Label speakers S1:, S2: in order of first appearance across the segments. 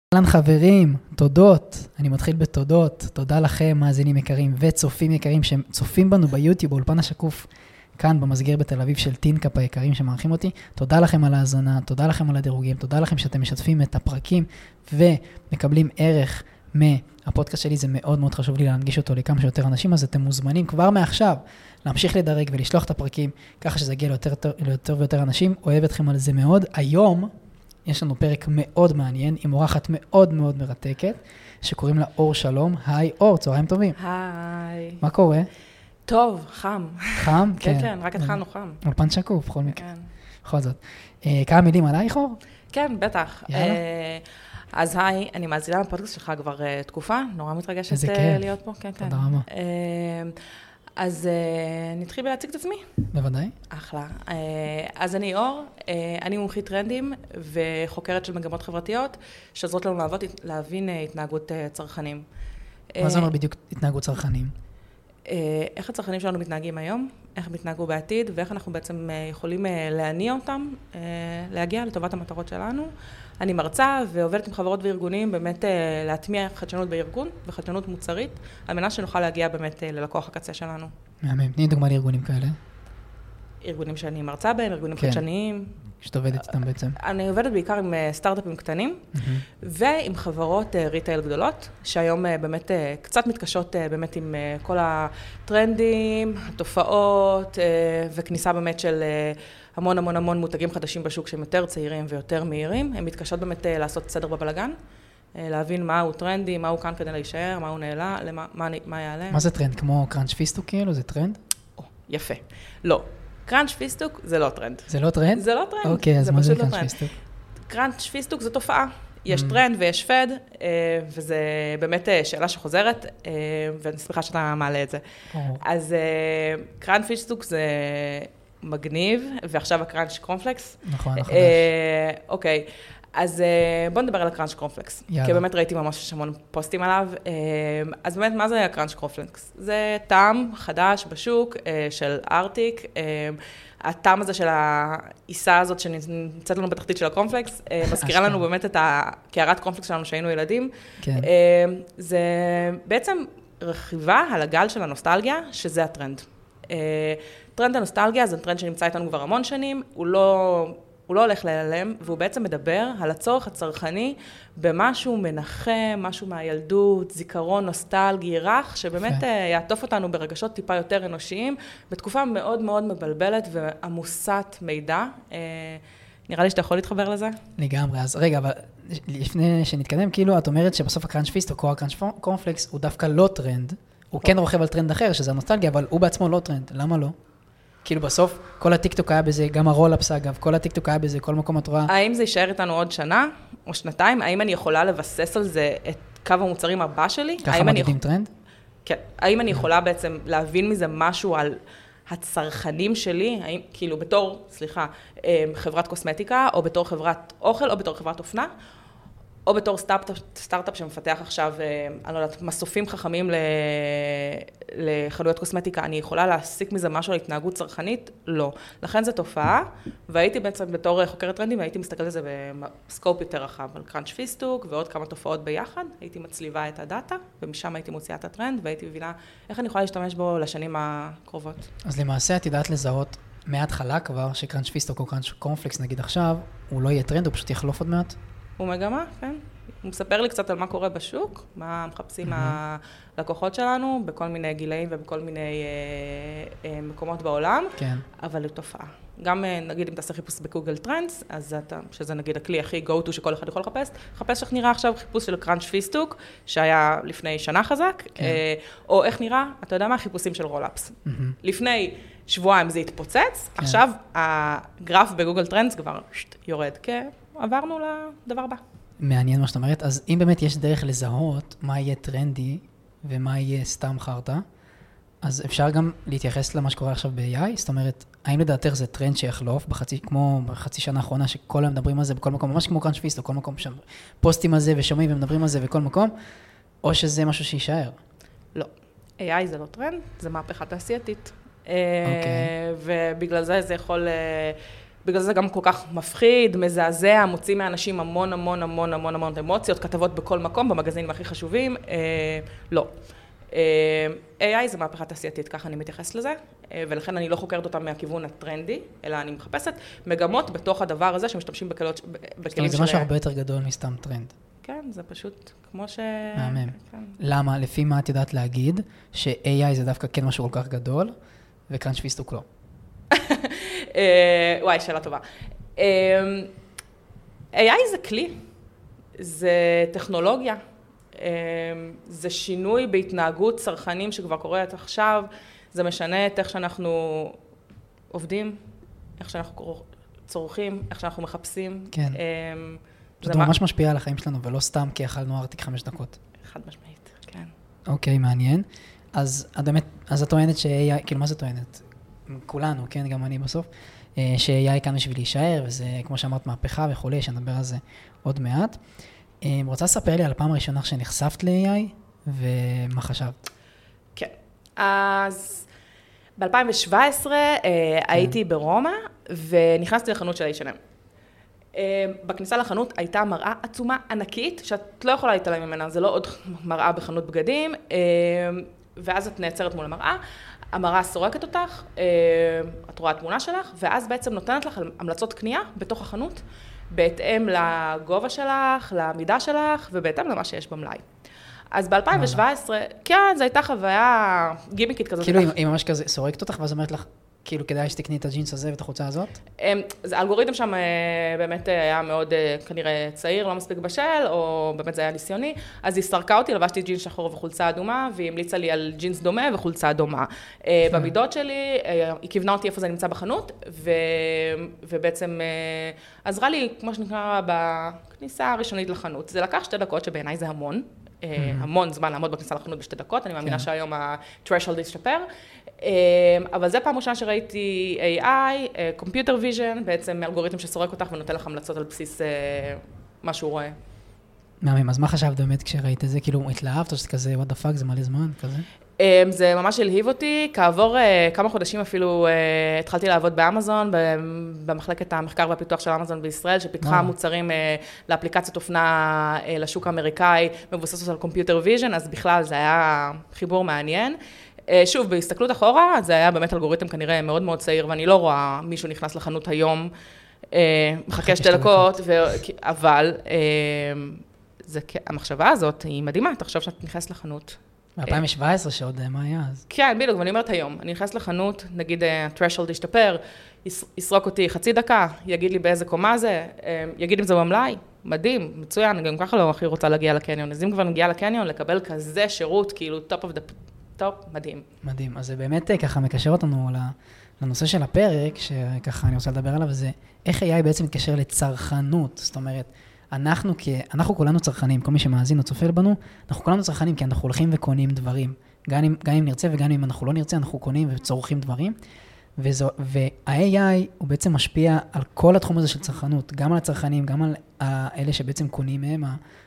S1: אהלן חברים, תודות, אני מתחיל בתודות, תודה לכם מאזינים יקרים וצופים יקרים שצופים בנו ביוטיוב, באולפן השקוף, כאן במסגר בתל אביב של טינקאפ היקרים שמערכים אותי, תודה לכם על ההאזנה, תודה לכם על הדירוגים, תודה לכם שאתם משתפים את הפרקים ומקבלים ערך מהפודקאסט שלי, זה מאוד מאוד חשוב לי להנגיש אותו לכמה שיותר אנשים, אז אתם מוזמנים כבר מעכשיו להמשיך לדרג ולשלוח את הפרקים, ככה שזה יגיע ליותר ויותר אנשים, אוהב אתכם על זה מאוד. היום יש לנו פרק מאוד מעניין, עם אורחת מאוד מאוד מרתקת, שקוראים לה אור שלום. היי אור, צהריים טובים.
S2: היי.
S1: מה קורה?
S2: טוב, חם.
S1: חם?
S2: כן, כן, רק התחלנו חם.
S1: אולפן שקוף, בכל מקרה.
S2: כן.
S1: בכל זאת. כמה מילים עלייך אור?
S2: כן, בטח.
S1: יאללה.
S2: אז היי, אני מאזינה לפודקאסט שלך כבר תקופה, נורא מתרגשת להיות פה. כן, כן.
S1: תודה רבה.
S2: אז נתחיל להציג את עצמי.
S1: בוודאי.
S2: אחלה. אז אני אור, אני מומחית טרנדים וחוקרת של מגמות חברתיות, שעזרות לנו להבין התנהגות צרכנים.
S1: מה זה אומר בדיוק התנהגות צרכנים?
S2: איך הצרכנים שלנו מתנהגים היום, איך הם מתנהגו בעתיד, ואיך אנחנו בעצם יכולים להניע אותם, להגיע לטובת המטרות שלנו. אני מרצה ועובדת עם חברות וארגונים, באמת להטמיע חדשנות בארגון וחדשנות מוצרית, על מנת שנוכל להגיע באמת ללקוח הקצה שלנו.
S1: מהמם. תני דוגמה לארגונים כאלה.
S2: ארגונים שאני מרצה בהם, ארגונים חדשניים.
S1: שאת עובדת איתם בעצם.
S2: אני עובדת בעיקר עם סטארט-אפים קטנים, ועם חברות ריטייל גדולות, שהיום באמת קצת מתקשות באמת עם כל הטרנדים, התופעות, וכניסה באמת של המון המון המון מותגים חדשים בשוק שהם יותר צעירים ויותר מהירים. הם מתקשות באמת לעשות סדר בבלגן, להבין מהו טרנדי, מהו כאן כדי להישאר, מהו נעלה, מה יעלה.
S1: מה זה טרנד? כמו קראנץ' פיסטוק כאילו? זה טרנד?
S2: יפה. לא. קראנץ' פיסטוק זה לא טרנד.
S1: זה לא טרנד?
S2: זה לא טרנד.
S1: אוקיי, אז מה זה קראנץ' פיסטוק?
S2: קראנץ' פיסטוק זה תופעה. יש טרנד ויש פד, וזה באמת שאלה שחוזרת, ואני שמחה שאתה מעלה את זה. אז קראנץ' פיסטוק זה מגניב, ועכשיו הקראנץ' קורנפלקס.
S1: נכון, החדש.
S2: אוקיי, אז בוא נדבר על הקראנץ' קורנפלקס.
S1: יאללה.
S2: כי באמת ראיתי ממש המון פוסטים עליו. אז באמת, מה זה הקראנץ' קורנפלקס? זה טעם חדש בשוק של ארטיק. הטעם הזה של העיסה הזאת שנמצאת לנו בתחתית של הקורנפלקס, מזכירה לנו באמת את הקערת קורנפלקס שלנו שהיינו ילדים.
S1: כן.
S2: זה בעצם רכיבה על הגל של הנוסטלגיה, שזה הטרנד. טרנד הנוסטלגיה זה טרנד שנמצא איתנו כבר המון שנים, הוא לא הולך להיעלם, והוא בעצם מדבר על הצורך הצרכני במשהו מנחם, משהו מהילדות, זיכרון נוסטלגי, רך, שבאמת יעטוף אותנו ברגשות טיפה יותר אנושיים, בתקופה מאוד מאוד מבלבלת ועמוסת מידע. נראה לי שאתה יכול להתחבר לזה?
S1: לגמרי, אז רגע, אבל לפני שנתקדם, כאילו את אומרת שבסוף הקראנץ' פיסטוק או הקראנץ' קורנפלקס הוא דווקא לא טרנד, הוא כן רוכב על טרנד אחר, שזה הנוסטלגיה, אבל הוא בעצמו לא טרנד, למה לא? כאילו בסוף, כל הטיקטוק היה בזה, גם הרולאפס אגב, כל הטיקטוק היה בזה, כל מקום את רואה.
S2: האם זה יישאר איתנו עוד שנה או שנתיים? האם אני יכולה לבסס על זה את קו המוצרים הבא שלי?
S1: ככה מגידים טרנד?
S2: כן. האם אני יכולה בעצם להבין מזה משהו על הצרכנים שלי? האם, כאילו בתור, חברת קוסמטיקה, או בתור חברת אוכל, או בתור חברת אופנה? או בתור סטארט-אפ שמפתח עכשיו, אני לא יודעת, מסופים חכמים לחנויות קוסמטיקה, אני יכולה להסיק מזה משהו על התנהגות צרכנית? לא. לכן זו תופעה, והייתי בעצם בתור חוקרת טרנדים, והייתי מסתכלת על זה בסקופ יותר רחב, על קראנץ' פיסטוק ועוד כמה תופעות ביחד, הייתי מצליבה את הדאטה, ומשם הייתי מוציאה את הטרנד, והייתי מבינה איך אני יכולה להשתמש בו לשנים הקרובות.
S1: אז למעשה את ידעת לזהות מההתחלה כבר, שקראנץ' פיסטוק או קראנץ' קורנפלקס נגיד עכשיו, הוא לא יהיה טרנד, הוא פשוט יחלוף עוד מעט?
S2: הוא מגמה, כן. הוא מספר לי קצת על מה קורה בשוק, מה מחפשים הלקוחות שלנו, בכל מיני גילאים ובכל מיני מקומות בעולם,
S1: כן.
S2: אבל הוא תופעה. גם נגיד אם תעשה חיפוש בגוגל טרנדס, אז שזה נגיד הכלי הכי go-to שכל אחד יכול לחפש, חפש איך נראה עכשיו חיפוש של קראנץ' פיסטוק, שהיה לפני שנה חזק, או איך נראה, אתה יודע מה, חיפושים של רולאפס. לפני שבועיים זה התפוצץ, עכשיו הגרף בגוגל טרנדס כבר יורד, כי עברנו לדבר הבא.
S1: מעניין מה שאת אומרת, אז אם באמת יש דרך לזהות מה יהיה טרנדי ומה יהיה סתם חרטה, אז אפשר גם להתייחס למה שקורה עכשיו ב-AI, זאת אומרת, האם לדעתך זה טרנד שיחלוף, כמו בחצי שנה האחרונה שכל היום מדברים על זה בכל מקום, ממש כמו קראנץ' פיסטוק, כל מקום שם פוסטים על זה ושומעים ומדברים על זה בכל מקום, או שזה משהו שישאר?
S2: לא, AI זה לא טרנד, זה מהפכה תעשייתית.
S1: אוקיי.
S2: ובגלל זה זה יכול בגלל זה גם כל כך מפחיד, מזעזע, מוציא מאנשים המון המון המון המון המון אמוציות, כתבות בכל מקום, במגזינים הכי חשובים, לא. AI זה מהפכה תעשייתית, ככה אני מתייחסת לזה, ולכן אני לא חוקרת אותה מהכיוון הטרנדי, אלא אני מחפשת מגמות בתוך הדבר הזה שמשתמשים בכלים של...
S1: זה משהו הרבה יותר גדול מסתם טרנד.
S2: כן, זה פשוט כמו ש...
S1: מהמם. למה? לפי מה את יודעת להגיד ש-AI זה דווקא כן משהו כל כך גדול, וקראנץ' פיסטוק לא?
S2: וואי, שאלה טובה. AI זה כלי, זה טכנולוגיה, זה שינוי בהתנהגות צרכנים שכבר קורית עכשיו, זה משנה את איך שאנחנו עובדים, איך שאנחנו צורכים, איך שאנחנו מחפשים.
S1: כן. זה ממש משפיע על החיים שלנו, ולא סתם כי אכלנו ארטיק 5 דקות.
S2: חד משמעית, כן.
S1: אוקיי, מעניין. אז את טוענת ש-AI, כאילו מה זה טוענת? כולנו, כן, גם אני בסוף, ש-AI כאן בשביל להישאר, וזה, כמו שאמרת, מהפכה וכו', שנדבר על זה עוד מעט. רוצה לספר לי על הפעם הראשונה שנחשפת ל-AI, ומה חשבת?
S2: כן. אז ב-2017 הייתי ברומא, ונכנסתי לחנות של H&M. בכניסה לחנות הייתה מראה עצומה ענקית, שאת לא יכולה להתעלם ממנה, זה לא עוד מראה בחנות בגדים, ואז את נעצרת מול המראה, המראה סורקת אותך, את רואה תמונה שלך, ואז בעצם נותנת לך המלצות קנייה בתוך החנות, בהתאם לגובה שלך, למידה שלך, ובהתאם למה שיש במלאי. אז ב-2017, כן, זו הייתה חוויה גימיקית כזאת.
S1: כאילו, היא ממש כזה סורקת אותך, ואז אומרת לך, כאילו, כדאי שתקני את הג'ינס הזה ואת החולצה הזאת?
S2: האלגוריתם שם באמת היה מאוד כנראה צעיר, לא מספיק בשל, או באמת זה היה ניסיוני, אז היא סרקה אותי, לבשתי ג'ינס שחור וחולצה אדומה, והיא המליצה לי על ג'ינס דומה וחולצה דומה. במידות שלי, היא כיוונה אותי איפה זה נמצא בחנות, ובעצם עזרה לי, כמו שנקרא, בכניסה הראשונית לחנות. זה לקח 2 דקות, שבעיניי זה המון. המון זמן לעמוד בכניסה לחנות ב2 דקות, אני מאמינה שהיום ה-threshold ישתפר, אבל זה פעם ראשונה שראיתי AI, Computer Vision, בעצם אלגוריתם שסורק אותך ונותן לך המלצות על בסיס מה שהוא רואה.
S1: מהמם, אז מה חשבת באמת כשראית את זה? כאילו התלהבת או שזה כזה, what the fuck, זה מלא זמן, כזה?
S2: זה ממש הלהיב אותי, כעבור כמה חודשים אפילו התחלתי לעבוד באמזון, במחלקת המחקר והפיתוח של אמזון בישראל, שפיתחה מוצרים לאפליקציות אופנה לשוק האמריקאי, מבוססות על Computer Vision, אז בכלל זה היה חיבור מעניין. שוב, בהסתכלות אחורה, זה היה באמת אלגוריתם כנראה מאוד מאוד צעיר, ואני לא רואה מישהו נכנס לחנות היום, מחכה 2 דקות, אבל המחשבה הזאת היא מדהימה, תחשוב שאת נכנסת לחנות.
S1: ב-2017 שעוד מה היה אז?
S2: כן, בדיוק, ואני אומרת היום, אני נכנסת לחנות, נגיד ה-threshold ישתפר, יסרוק אותי 0.5 דקה, יגיד לי באיזה קומה זה, יגיד אם זה במלאי, מדהים, מצוין, אני גם ככה לא הכי רוצה להגיע לקניון, אז אם כבר נגיע לקניון, לקבל כזה שירות, כאילו top of the top, מדהים.
S1: מדהים, אז זה באמת ככה מקשר אותנו לנושא של הפרק, שככה אני רוצה לדבר עליו, זה איך AI בעצם מתקשר לצרכנות, זאת אומרת, אנחנו כולנו צרכנים, כל מי שמאזין או צופה בנו, אנחנו כולנו צרכנים כי אנחנו הולכים וקונים דברים. גם אם נרצה וגם אם אנחנו לא נרצה, אנחנו קונים וצורכים דברים. וה-AI הוא בעצם משפיע על כל התחום הזה של צרכנות, גם על הצרכנים, גם על אלה שבעצם קונים מהם,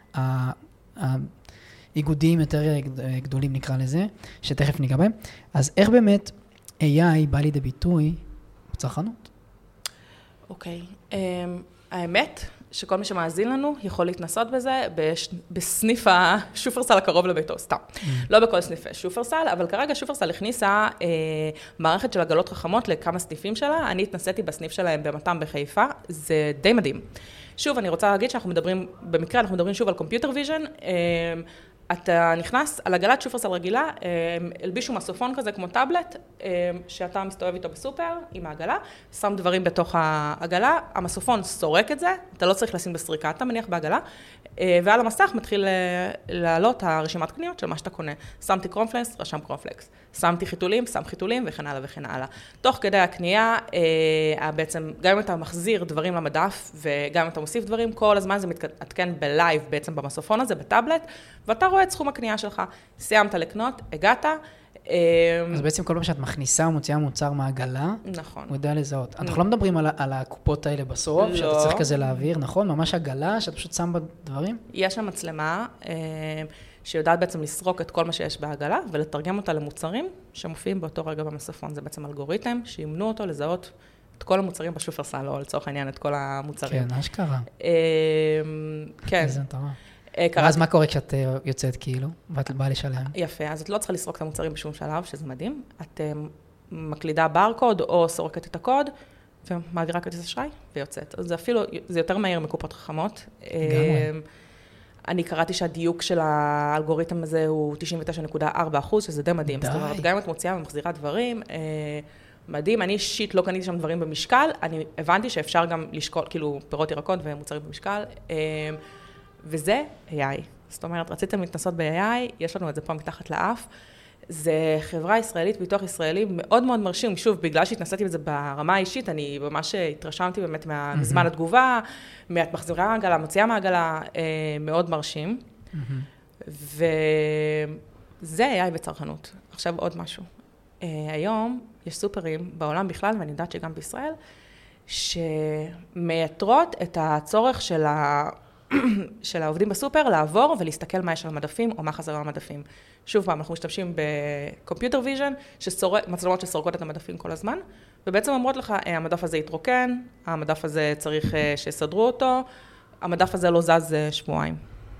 S1: האיגודים יותר גדולים נקרא לזה, שתכף ניגע בהם. אז איך באמת AI בא לידי ביטוי בצרכנות?
S2: אוקיי, האמת שכל מי שמאזין לנו יכול להתנסות בזה בסניף השופרסל הקרוב לביתו, סתם. לא בכל סניפי שופרסל, אבל כרגע שופרסל הכניסה מערכת של עגלות חכמות לכמה סניפים שלה, אני התנסיתי בסניף שלהם במתם בחיפה, זה די מדהים. שוב, אני רוצה להגיד שאנחנו מדברים, במקרה אנחנו מדברים שוב על Computer Vision, אתה נכנס על עגלת שופרסל רגילה, הלבישו מסופון כזה כמו טאבלט, שאתה מסתובב איתו בסופר עם העגלה, שם דברים בתוך העגלה, המסופון סורק את זה, אתה לא צריך לשים בסריקה, אתה מניח בעגלה, ועל המסך מתחיל לעלות הרשימת קניות של מה שאתה קונה. שמתי קרונפלקס, רשם קרונפלקס. שמתי חיתולים, שם חיתולים וכן הלאה וכן הלאה. תוך כדי הקנייה, בעצם גם אם אתה מחזיר דברים למדף וגם אם אתה מוסיף דברים, כל הזמן זה מתעדכן בלייב בעצם במסופון הזה, בטאבלט, ואתה רואה את סכום הקנייה שלך. סיימת לקנות, הגעת.
S1: אז בעצם כל פעם שאת מכניסה ומוציאה מוצר מהעגלה,
S2: נכון.
S1: הוא יודע לזהות. אנחנו לא מדברים על הקופות האלה בסוף,
S2: לא.
S1: שאתה צריך כזה להעביר, נכון? ממש עגלה, שאתה פשוט שם בדברים?
S2: יש שם מצלמה שיודעת בעצם לסרוק את כל מה שיש בעגלה, ולתרגם אותה למוצרים שמופיעים באותו רגע במסופון. זה בעצם אלגוריתם שימנו אותו לזהות את כל המוצרים בשופרסל, או לצורך העניין את כל המוצרים.
S1: כן, אשכרה.
S2: כן.
S1: איזה מטרה. ואז מה קורה כשאת יוצאת כאילו, ואת באה לשלם?
S2: יפה, אז את לא צריכה לסרוק את המוצרים בשום שלב, שזה מדהים. את מקלידה ברקוד, או סורקת את הקוד, ומעבירה כרטיס אשראי, ויוצאת. אז זה אפילו, זה יותר מהיר מקופות חכמות. אני קראתי שהדיוק של האלגוריתם הזה הוא 99.4%, שזה די מדהים. זאת אומרת, גם אם את מוציאה ומחזירה דברים, מדהים. אני אישית לא קניתי שם דברים במשקל, אני הבנתי שאפשר גם לשקול, כאילו, פירות ירקות ומוצרים במשקל, וזה AI. זאת אומרת, רציתם להתנסות ב-AI, יש לנו את זה פה מתחת לאף. זה חברה ישראלית, פיתוח ישראלי, מאוד מאוד מרשים. שוב, בגלל שהתנסיתי בזה ברמה האישית, אני ממש התרשמתי באמת מזמן התגובה, את מחזירה מעגלה, מוציאה מעגלה, מאוד מרשים. וזה AI בצרכנות. עכשיו עוד משהו. היום יש סופרים בעולם בכלל, ואני יודעת שגם בישראל, שמייתרות את הצורך של העובדים בסופר לעבור ולהסתכל מה יש על המדפים או מה חזר על המדפים. שוב פעם, אנחנו משתמשים בקומפיוטר ויז'ן, מצלמות שסורקות את המדפים כל הזמן, ובעצם אומרות לך, המדף הזה יתרוקן, המדף הזה צריך שיסדרו אותו, המדף הזה לא זז שבועיים.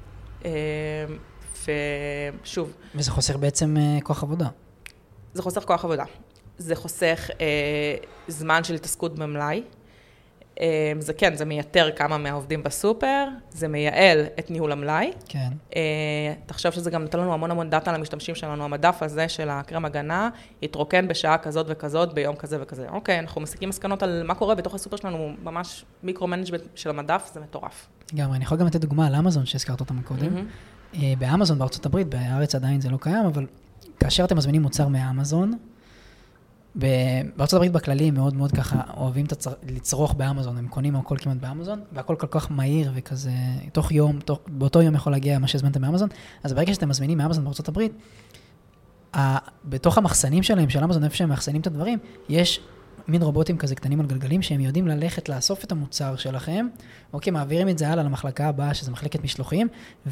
S2: ושוב.
S1: וזה חוסך בעצם כוח עבודה.
S2: זה חוסך כוח עבודה. זה חוסך זמן של התעסקות במלאי. זה כן, זה מייתר כמה מהעובדים בסופר, זה מייעל את ניהול המלאי.
S1: כן.
S2: תחשוב שזה גם נותן לנו המון דאטה למשתמשים שלנו, המדף הזה של הקרם הגנה, יתרוקן בשעה כזאת וכזאת, ביום כזה וכזה. אוקיי, אנחנו מסיקים מסקנות על מה קורה בתוך הסופר שלנו, ממש מיקרו-מנג'מנט של המדף, זה מטורף.
S1: גם, אני יכול גם לתת דוגמה על אמזון שהזכרת אותה מקודם. באמזון, בארצות הברית, בארץ עדיין זה לא קיים, אבל כאשר אתם מזמינים מוצר מאמזון, בארצות הברית בכללי הם מאוד מאוד ככה אוהבים לצרוך באמזון, הם קונים הכל כמעט באמזון, והכל כל כך מהיר וכזה, תוך יום, באותו יום יכול להגיע מה שהזמנתם מאמזון, אז ברגע שאתם מזמינים מאמזון בארצות הברית, בתוך המחסנים שלהם, של אמזון, איפה שהם מחסנים את הדברים, יש מין רובוטים כזה קטנים על גלגלים, שהם יודעים ללכת לאסוף את המוצר שלכם, אוקיי, מעבירים את זה הלאה למחלקה הבאה, שזה מחלקת משלוחים,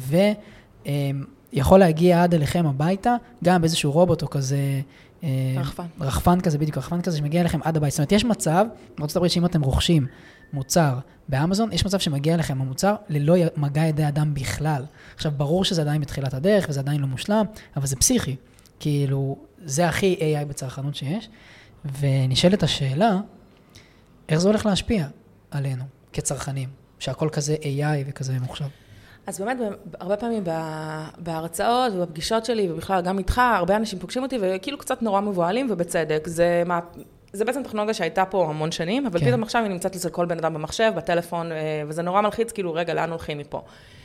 S1: ויכול להגיע עד אליכם הביתה, גם באיזשהו רובוט או כזה, רחפן כזה, בדיוק רחפן כזה, שמגיע אליכם עד הבית. זאת אומרת, יש מצב, בארצות הברית שאם אתם רוכשים מוצר באמזון, יש מצב שמגיע אליכם המוצר ללא מגע ידי אדם בכלל. עכשיו, ברור שזה עדיין בתחילת הדרך, וזה עדיין לא מושלם, אבל זה פסיכי. כאילו, זה הכי AI בצרכנות שיש. ונשאלת השאלה, איך זה הולך להשפיע עלינו כצרכנים, שהכל כזה AI וכזה מוחשב?
S2: אז באמת, הרבה פעמים בהרצאות ובפגישות שלי, ובכלל גם איתך, הרבה אנשים פוגשים אותי, וכאילו קצת נורא מבועלים, ובצדק. זה בעצם טכנולוגיה שהייתה פה המון שנים, אבל פתאום עכשיו היא נמצאת אצל כל בן אדם במחשב, בטלפון, וזה נורא מלחיץ, כאילו, רגע, לאן הולכים מפה?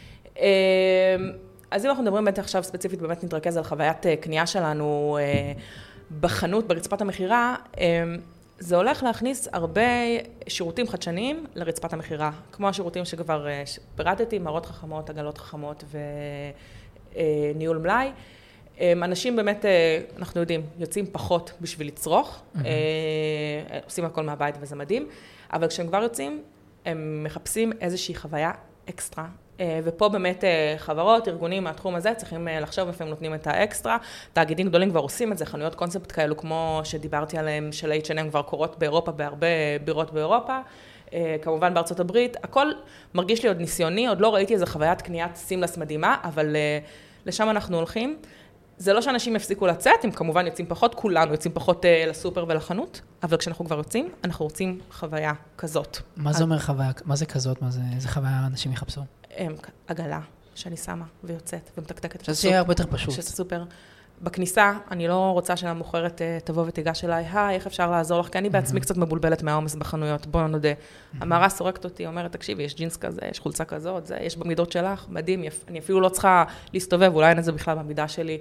S2: אז אם אנחנו מדברים באמת עכשיו ספציפית, באמת נתרכז על חוויית קנייה שלנו בחנות, ברצפת המחירה, זה הולך להכניס הרבה שירותים חדשניים לרצפת המחירה, כמו השירותים שכבר פירטתי, מערות חכמות, עגלות חכמות וניהול מלאי. אנשים באמת, אנחנו יודעים, יוצאים פחות בשביל לצרוך, עושים הכל מהבית וזה מדהים, אבל כשהם כבר יוצאים, הם מחפשים איזושהי חוויה אקסטרה. ופה באמת חברות, ארגונים מהתחום הזה, צריכים לחשוב איפה הם נותנים את האקסטרה. תאגידים גדולים כבר עושים את זה, חנויות קונספט כאלו כמו שדיברתי עליהם, של H&M כבר קורות באירופה, בהרבה בירות באירופה, כמובן בארצות הברית. הכל מרגיש לי עוד ניסיוני, עוד לא ראיתי איזו חוויית קניית סימלס מדהימה, אבל לשם אנחנו הולכים. זה לא שאנשים יפסיקו לצאת, הם כמובן יוצאים פחות, כולנו יוצאים פחות לסופר ולחנות, אבל כשאנחנו כבר יוצאים, אנחנו רוצים חוויה כזאת.
S1: מה זה אומר חוויה? מה זה כזאת? איזה חוויה אנשים יחפשו?
S2: עגלה שאני שמה ויוצאת ומתקתקת.
S1: שזה שיהיה הרבה יותר פשוט.
S2: שזה סופר. בכניסה, אני לא רוצה שהמוכרת תבוא ותיגש אליי, איך אפשר לעזור לך? כי אני בעצמי קצת מבולבלת מהעומס בחנויות, בואו נודה. המערה סורקת אותי, אומרת, תקשיבי, יש ג'ינס כזה, יש חולצה כזאת, יש במידות שלך, מדהים, אני אפילו לא צריכה להסתובב, אולי אין את זה בכלל במידה שלי.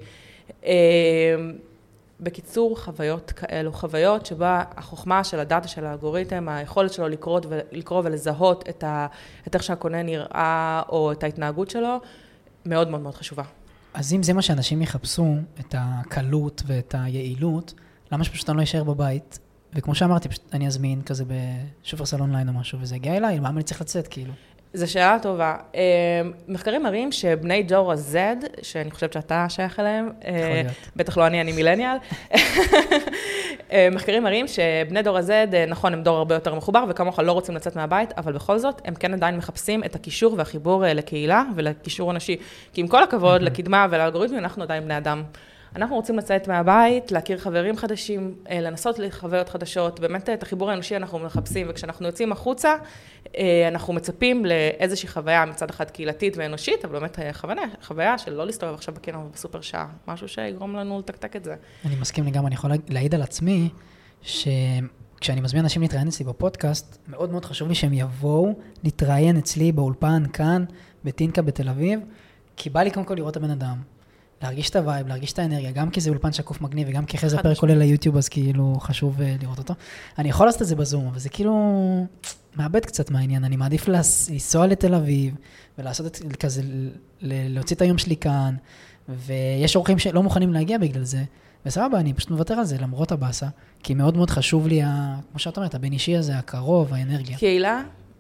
S2: בקיצור, חוויות כאלו, חוויות שבה החוכמה של הדאטה של האלגוריתם, היכולת שלו לקרוא ולזהות את איך שהקונה נראה או את ההתנהגות שלו, מאוד מאוד מאוד חשובה.
S1: אז אם זה מה שאנשים יחפשו, את הקלות ואת היעילות, למה שפשוט אני לא אשאר בבית? וכמו שאמרתי, פשוט אני אזמין כזה בשופרסל אונליין או משהו, וזה הגיע אליי, למה אני צריך לצאת כאילו?
S2: זו שאלה טובה. מחקרים מראים שבני דור ה-Z, שאני חושבת שאתה שייך אליהם, בטח לא אני מילניאל, מחקרים מראים שבני דור ה-Z, נכון, הם דור הרבה יותר מחובר, וכמוך לא רוצים לצאת מהבית, אבל בכל זאת, הם כן עדיין מחפשים את הקישור והחיבור לקהילה ולקישור אנשי. כי עם כל הכבוד, לקדמה ולאלגוריתמים, אנחנו עדיין בני אדם. אנחנו רוצים לצאת מהבית, להכיר חברים חדשים, לנסות לחוויות חדשות, באמת את החיבור האנושי אנחנו מחפשים, וכשאנחנו יוצאים החוצה, אנחנו מצפים לאיזושהי חוויה מצד אחד קהילתית ואנושית, אבל באמת חוויה של לא להסתובב עכשיו בקניון בסופר שעה, משהו שיגרום לנו לתקתק את זה.
S1: אני מסכים לגמרי, אני יכול להעיד על עצמי, שכשאני מזמין אנשים להתראיין אצלי בפודקאסט, מאוד מאוד חשוב לי שהם יבואו להתראיין אצלי באולפן כאן, בטינקה בתל אביב, כי בא לי קודם כל לראות את הבן אדם. להרגיש את הווייב, להרגיש את האנרגיה, גם כי זה אולפן שקוף מגניב, וגם כי אחרי זה פרק עולה ליוטיוב, אז כאילו חשוב לראות אותו. אני יכול לעשות את זה בזום, אבל זה כאילו מאבד קצת מהעניין. אני מעדיף לנסוע לתל אביב, ולעשות כזה, להוציא את היום שלי כאן, ויש אורחים שלא מוכנים להגיע בגלל זה, וסבבה, אני פשוט מוותר על זה, למרות הבאסה, כי מאוד מאוד חשוב לי, כמו שאת אומרת, הבין אישי הזה, הקרוב, האנרגיה.
S2: קהילה,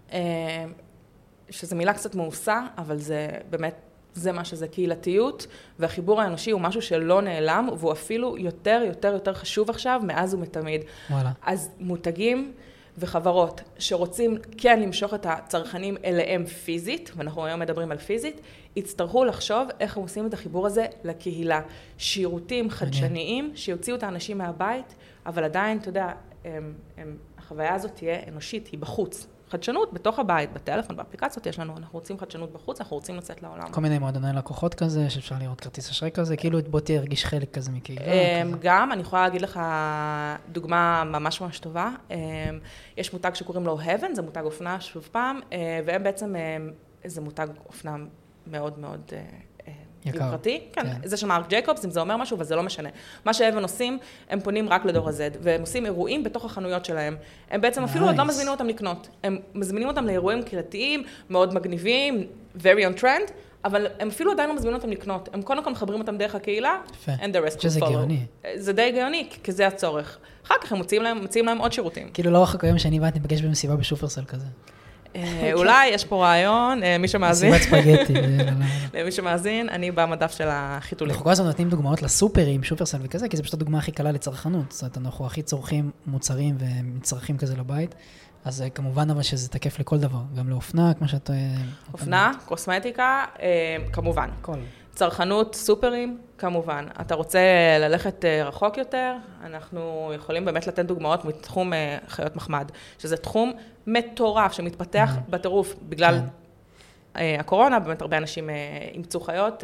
S2: שזו מילה קצת מאוסה, אבל זה באמת, זה מה שזה קהילתיות, והחיבור האנושי הוא משהו שלא נעלם, והוא אפילו יותר חשוב עכשיו, מאז ומתמיד.
S1: וואלה.
S2: אז מותגים וחברות שרוצים כן למשוך את הצרכנים אליהם פיזית, ואנחנו היום מדברים על פיזית, יצטרכו לחשוב איך הם עושים את החיבור הזה לקהילה. שירותים חדשניים, שיוציאו את האנשים מהבית, אבל עדיין, אתה יודע, החוויה הזאת תהיה אנושית, היא בחוץ. חדשנות בתוך הבית, בטלפון, באפליקציות יש לנו, אנחנו רוצים חדשנות בחוץ, אנחנו רוצים לצאת לעולם.
S1: כל מיני מועדוני לקוחות כזה, שאפשר לראות כרטיס אשראי כזה, כאילו בוא תרגיש חלק כזה מקהילה.
S2: גם, אני יכולה להגיד לך דוגמה ממש טובה. יש מותג שקוראים לו Heaven, זה מותג אופנה שוב פעם, והם בעצם, זה מותג אופנה מאוד יוקרתי. כן, זה של מרק ג'ייקובס, אם זה אומר משהו, אבל זה לא משנה. מה שהאבן עושים, הם פונים רק לדור ה-Z, והם עושים אירועים בתוך החנויות שלהם. הם בעצם אפילו עוד לא מזמינים אותם לקנות. הם מזמינים אותם לאירועים קריאתיים, מאוד מגניבים, very on trend, אבל הם אפילו עדיין לא מזמינים אותם לקנות. הם קודם כל מחברים אותם דרך הקהילה, and the rest will follow.
S1: שזה גאוני.
S2: זה די גאוני, כי זה הצורך. אחר כך הם מציעים להם עוד שירותים.
S1: כאילו לא רחוק היום שאני באתי נפגש במסיבה בשופרסל כזה.
S2: אולי יש פה רעיון, מי שמאזין.
S1: מסיבת ספגטי.
S2: למי שמאזין, אני במדף של החיתולים.
S1: אנחנו כל הזמן נותנים דוגמאות לסופרים, שופרסל וכזה, כי זה פשוט הדוגמה הכי קלה לצרכנות. זאת אומרת, אנחנו הכי צורכים מוצרים ומצרכים כזה לבית. אז כמובן אבל שזה תקף לכל דבר, גם לאופנה, כמו שאת...
S2: אופנה, קוסמטיקה, כמובן.
S1: כל.
S2: צרכנות, סופרים, כמובן. אתה רוצה ללכת רחוק יותר, אנחנו יכולים באמת לתת דוגמאות מתחום חיות מחמד, שזה תחום מטורף שמתפתח בטירוף בגלל הקורונה, באמת הרבה אנשים אימצו חיות,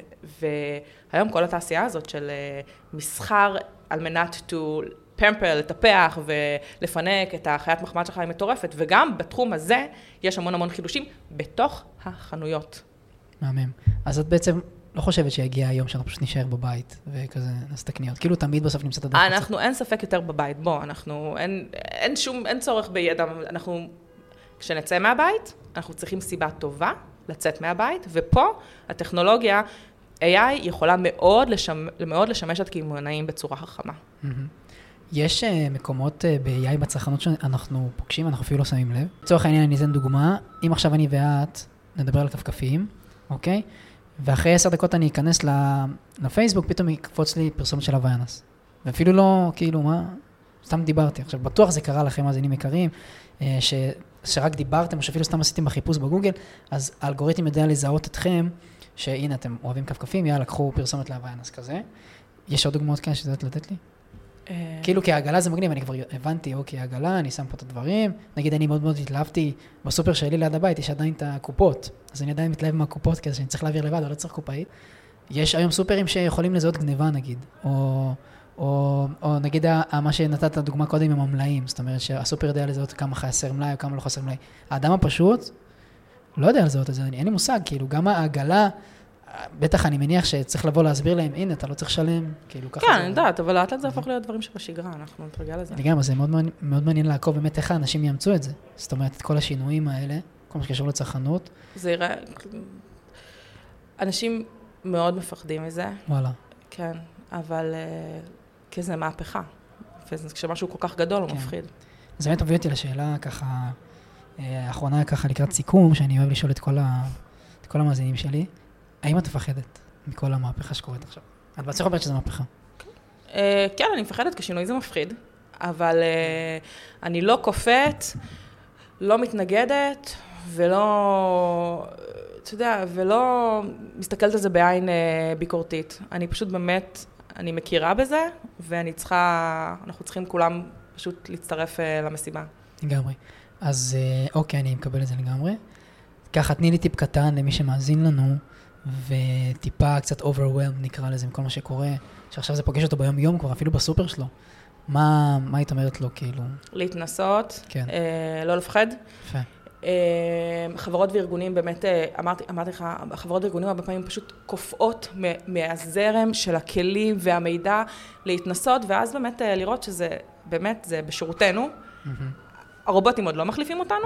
S2: והיום כל התעשייה הזאת של מסחר על מנת to פמפר, לטפח ולפנק את החיית מחמד שלך היא מטורפת, וגם בתחום הזה יש המון חידושים בתוך החנויות.
S1: מהמם. אז את בעצם לא חושבת שיגיע היום שאנחנו פשוט נשאר בבית וכזה נעשה את הקניות. כאילו תמיד בסוף נמצא את הדרך.
S2: אנחנו אין ספק יותר בבית. בוא, אנחנו, אין צורך בידע. אנחנו, כשנצא מהבית, אנחנו צריכים סיבה טובה לצאת מהבית, ופה הטכנולוגיה, AI יכולה מאוד לשמש את קמעונאים בצורה חכמה.
S1: יש מקומות ב-AI בצרכנות שאנחנו פוגשים, אנחנו אפילו לא שמים לב. לצורך העניין אני אתן דוגמה, אם עכשיו אני ואת נדבר על כפכפיים, אוקיי? ואחרי 10 דקות אני אכנס לפייסבוק, פתאום יקפוץ לי פרסומת של הוויאנס. ואפילו לא, כאילו, מה? סתם דיברתי. עכשיו, בטוח זה קרה לכם, מאזינים יקרים, שרק דיברתם, או שאפילו סתם עשיתם בחיפוש בגוגל, אז האלגוריתם יודע לזהות אתכם, שהנה, אתם אוהבים כפכפים, יאללה, קחו פרסומת להוויאנס כזה. יש עוד דוגמאות כאלה שתדעת לתת לי? כאילו, כי העגלה זה מגניב, אני כבר הבנתי, אוקיי, העגלה, אני שם פה את הדברים. נגיד, אני מאוד התלהבתי, בסופר שלי ליד הבית, יש עדיין את הקופות. אז אני עדיין מתלהב מהקופות, כזה שאני צריך להעביר לבד, אבל לא צריך קופאית. יש היום סופרים שיכולים לזהות גניבה, נגיד. או נגיד, מה שנתת דוגמה קודם עם המלאים. זאת אומרת, שהסופר יודע לזהות כמה חסר מלאי או כמה לא חסר מלאי. האדם הפשוט לא יודע לזהות את זה, אין לי מושג, כאילו, גם העגלה, בטח אני מניח שצריך לבוא להסביר להם, הנה, אתה לא צריך לשלם, כאילו ככה.
S2: כן, אני יודעת, אבל לאט לאט זה הפוך להיות דברים שבשגרה, אנחנו נתרגל לזה.
S1: אני גם, זה מאוד מעניין לעקוב באמת איך האנשים יאמצו את זה. זאת אומרת, את כל השינויים האלה, כל מה שקשור לצרכנות.
S2: זה יראה, אנשים מאוד מפחדים מזה.
S1: וואלה.
S2: כן, אבל כזה מהפכה. כשמשהו כל כך גדול, הוא מפחיד.
S1: זה באמת הוביל אותי לשאלה ככה, האחרונה ככה לקראת סיכום, שאני אוהב לשאול את כל המאזינים שלי, האם את מפחדת מכל המהפכה שקורית עכשיו? את בצורה אומרת שזה מהפכה.
S2: כן, אני מפחדת, כשינוי זה מפחיד, אבל אני לא קופאת, לא מתנגדת, ולא, אתה יודע, ולא מסתכלת על זה בעין ביקורתית. אני פשוט באמת, אני מכירה בזה, אנחנו צריכים כולם פשוט להצטרף למשימה.
S1: לגמרי. אז אוקיי, אני מקבל את זה לגמרי. ככה, תני לי טיפ קטן למי שמאזין לנו, וטיפה קצת overwhelmed נקרא לזה, עם כל מה שקורה, שעכשיו זה פוגש אותו ביום יום כבר, אפילו בסופר שלו. מה היית אומרת לו, כאילו?
S2: להתנסות,
S1: כן.
S2: לא לפחד.
S1: יפה.
S2: חברות וארגונים באמת, אמרתי לך, חברות וארגונים הרבה פעמים פשוט קופאות מהזרם של הכלים והמידע להתנסות, ואז באמת לראות שזה באמת, זה בשירותנו. הרובוטים עוד לא מחליפים אותנו,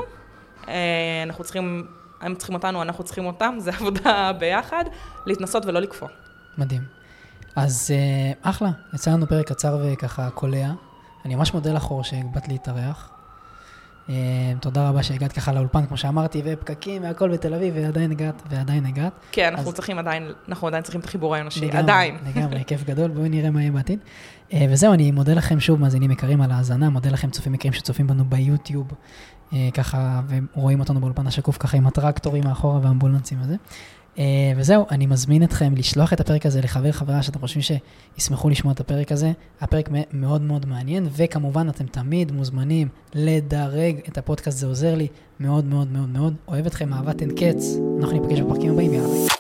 S2: הם צריכים אותנו, אנחנו צריכים אותם, זה עבודה ביחד, להתנסות ולא לקפוא.
S1: מדהים. אז אחלה, יצא לנו פרק קצר וככה קולע. אני ממש מודה לך אור שהגעת להתארח. תודה רבה שהגעת ככה לאולפן, כמו שאמרתי, ופקקים והכל בתל אביב, ועדיין הגעת.
S2: כן, אנחנו עדיין צריכים את החיבור האנושי, עדיין.
S1: לגמרי, כיף גדול, בואו נראה מה יהיה בעתיד. וזהו, אני מודה לכם שוב, מאזינים יקרים על ההאזנה, מודה לכם צופים יקרים שצופים בנו ביוטיוב, ככה, ורואים אותנו באולפן השקוף, ככה עם הטרקטורים מאחורה והאמבולנסים הזה. וזהו, אני מזמין אתכם לשלוח את הפרק הזה לחבר שאתם חושבים שישמחו לשמוע את הפרק הזה. הפרק מאוד מאוד מעניין, וכמובן אתם תמיד מוזמנים לדרג את הפודקאסט, זה עוזר לי מאוד מאוד מאוד מאוד. אוהב אתכם, אהבת אין קץ. אנחנו ניפגש בפרקים הבאים, יאללה.